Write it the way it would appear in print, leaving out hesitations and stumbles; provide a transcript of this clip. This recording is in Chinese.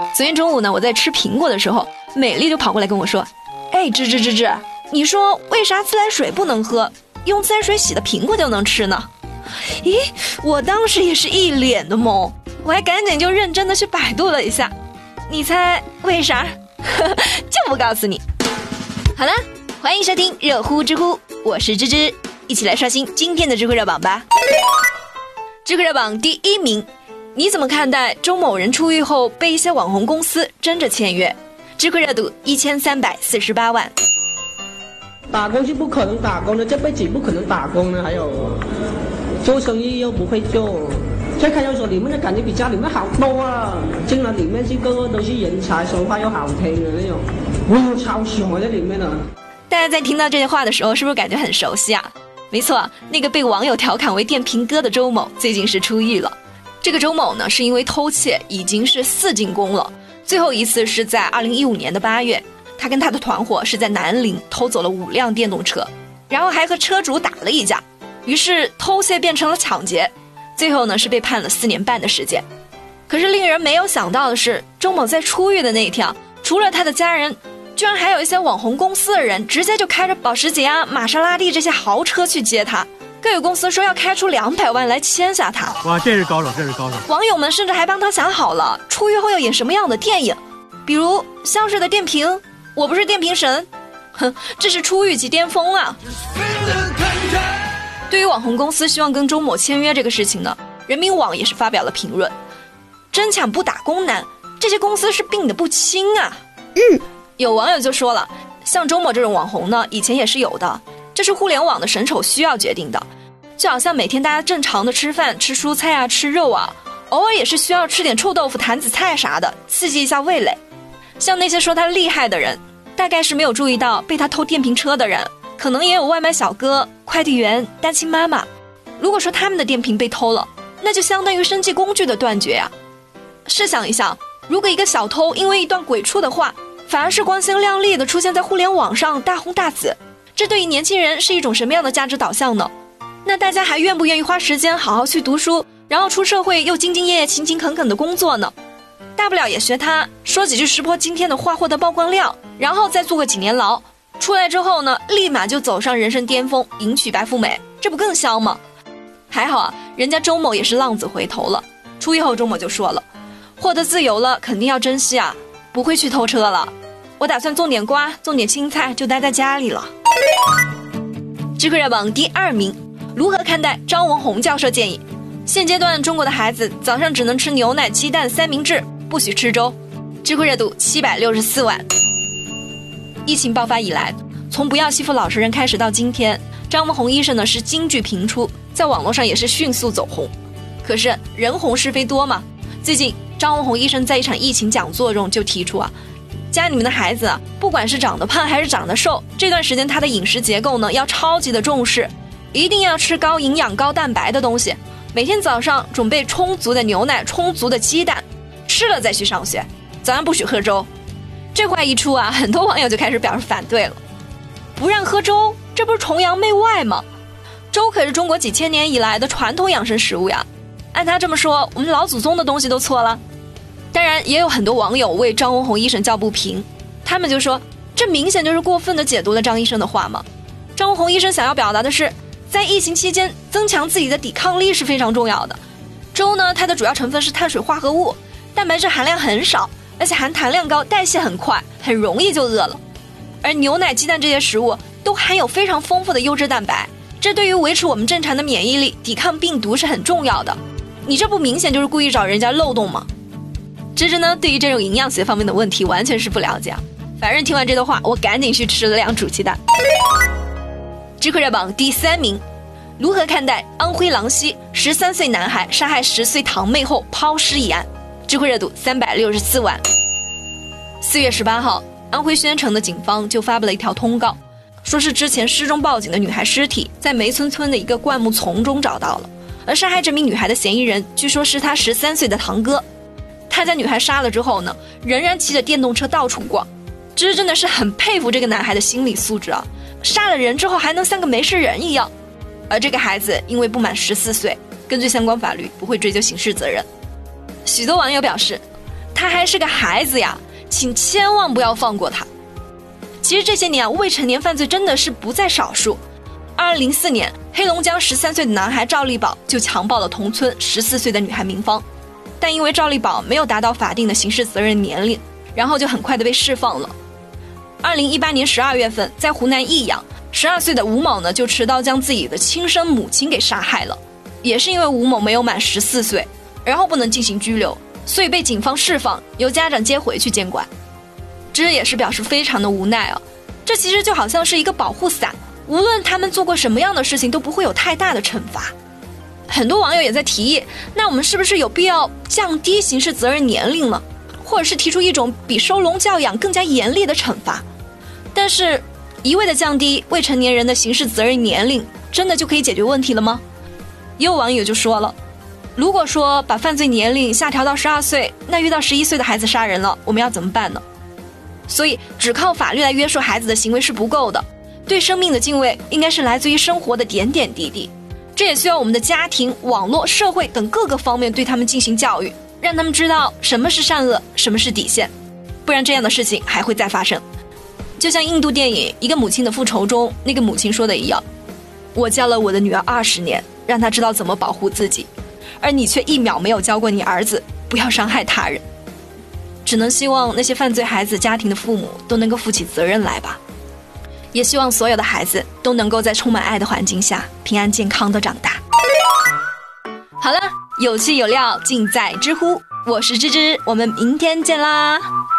昨天中午呢，我在吃苹果的时候，美丽就跑过来跟我说：“哎，芝，你说为啥自来水不能喝，用自来水洗的苹果就能吃呢？”咦，我当时也是一脸的懵，我还赶紧就认真的去百度了一下，你猜为啥？就不告诉你。好了，欢迎收听热乎知乎，我是芝芝，一起来刷新今天的知乎热榜吧。知乎热榜第1名，你怎么看待周某人出狱后被一些网红公司争着签约？知乎热度1348万。 打工是不可能打工的，这辈子不可能打工的，还有做生意又不会做。再看又说你们的感觉比家里面好多啊，进了里面是个个都是人才，说话又好听的那种，哇，超爽在里面的。 大家在听到这些话的时候，是不是感觉很熟悉啊？没错，那个被网友调侃为电瓶哥的周某最近是出狱了。这个周某呢，是因为偷窃已经是4进宫了，最后一次是在2015年的8月，他跟他的团伙是在南陵偷走了5辆电动车，然后还和车主打了一架，于是偷窃变成了抢劫，最后呢是被判了4年半的时间。可是令人没有想到的是，周某在出狱的那一天，除了他的家人，居然还有一些网红公司的人直接就开着保时捷啊、玛莎拉蒂这些豪车去接他，更有公司说要开出200万来签下他。 哇，这是高手，这是高手！ 网友们甚至还帮他想好了出狱后要演什么样的电影，比如消失的电瓶，我不是电瓶神，哼，这是出狱即巅峰啊！对于网红公司希望跟周某签约这个事情呢，人民网也是发表了评论：争抢不打工难，这些公司是病得不轻啊！有网友就说了，像周某这种网红呢，以前也是有的，这是互联网的审丑需要决定的。就好像每天大家正常的吃饭、吃蔬菜啊、吃肉啊，偶尔也是需要吃点臭豆腐、坛子菜啥的，刺激一下味蕾。像那些说他厉害的人，大概是没有注意到被他偷电瓶车的人，可能也有外卖小哥、快递员、单亲妈妈。如果说他们的电瓶被偷了，那就相当于生计工具的断绝啊。试想一下，如果一个小偷因为一段鬼畜的话，反而是光鲜亮丽的出现在互联网上大红大紫，这对于年轻人是一种什么样的价值导向呢？那大家还愿不愿意花时间好好去读书，然后出社会又兢兢业业、勤勤恳恳的工作呢？大不了也学他，说几句识破今天的话获得曝光量，然后再坐个几年牢，出来之后呢，立马就走上人生巅峰，迎娶白富美，这不更香吗？还好啊，人家周某也是浪子回头了。出狱后周某就说了，获得自由了肯定要珍惜啊，不会去偷车了，我打算种点瓜，种点青菜，就待在家里了。知乎热榜第2名，如何看待张文宏教授建议现阶段中国的孩子早上只能吃牛奶、鸡蛋、三明治，不许吃粥？知乎热度764万。疫情爆发以来，从不要欺负老实人开始到今天，张文宏医生呢是金句频出，在网络上也是迅速走红。可是人红是非多嘛，最近张文宏医生在一场疫情讲座中就提出啊，家里面的孩子啊，不管是长得胖还是长得瘦，这段时间他的饮食结构呢要超级的重视，一定要吃高营养高蛋白的东西，每天早上准备充足的牛奶、充足的鸡蛋，吃了再去上学，早上不许喝粥。这话一出啊，很多网友就开始表示反对了，不让喝粥，这不是崇洋媚外吗？粥可是中国几千年以来的传统养生食物呀，按他这么说，我们老祖宗的东西都错了。当然也有很多网友为张文宏医生叫不平，他们就说这明显就是过分的解读了张医生的话嘛。张文宏医生想要表达的是，在疫情期间增强自己的抵抗力是非常重要的。粥呢，它的主要成分是碳水化合物，蛋白质含量很少，而且含糖量高，代谢很快，很容易就饿了。而牛奶、鸡蛋这些食物都含有非常丰富的优质蛋白，这对于维持我们正常的免疫力、抵抗病毒是很重要的。你这不明显就是故意找人家漏洞吗？芝芝呢，对于这种营养学方面的问题完全是不了解，反正听完这段话，我赶紧去吃了2煮鸡蛋。知乎热榜第3名，如何看待安徽郎溪13岁男孩杀害10岁堂妹后抛尸一案？知乎热度364万。4月18号，安徽宣城的警方就发布了一条通告，说是之前失踪报警的女孩尸体在梅村村的一个灌木丛中找到了，而杀害这名女孩的嫌疑人据说是她13岁的堂哥。他在女孩杀了之后呢，仍然骑着电动车到处逛，这真的是很佩服这个男孩的心理素质啊！杀了人之后还能像个没事人一样。而这个孩子因为不满14岁，根据相关法律不会追究刑事责任。许多网友表示， 他还是个孩子呀，请千万不要放过他。其实这些年未成年犯罪真的是不在少数。2004年，黑龙江13岁的男孩赵立宝就强暴了同村14岁的女孩明芳，但因为赵立宝没有达到法定的刑事责任年龄，然后就很快的被释放了。2018年12月份，在湖南益阳，12岁的吴某呢就持刀将自己的亲生母亲给杀害了，也是因为吴某没有满14岁，然后不能进行拘留，所以被警方释放，由家长接回去监管。芝也是表示非常的无奈啊，这其实就好像是一个保护伞，无论他们做过什么样的事情都不会有太大的惩罚。很多网友也在提议，那我们是不是有必要降低刑事责任年龄了，或者是提出一种比收容教养更加严厉的惩罚？但是一味的降低未成年人的刑事责任年龄，真的就可以解决问题了吗？也有网友就说了，如果说把犯罪年龄下调到12岁，那遇到11岁的孩子杀人了，我们要怎么办呢？所以只靠法律来约束孩子的行为是不够的，对生命的敬畏应该是来自于生活的点点滴滴，这也需要我们的家庭、网络、社会等各个方面对他们进行教育，让他们知道什么是善恶，什么是底线，不然这样的事情还会再发生。就像印度电影《一个母亲的复仇》中那个母亲说的一样，我教了我的女儿20年，让她知道怎么保护自己，而你却1秒没有教过你儿子不要伤害他人。只能希望那些犯罪孩子家庭的父母都能够负起责任来吧，也希望所有的孩子都能够在充满爱的环境下平安健康的长大。好了，有趣有料尽在知乎，我是芝芝，我们明天见啦。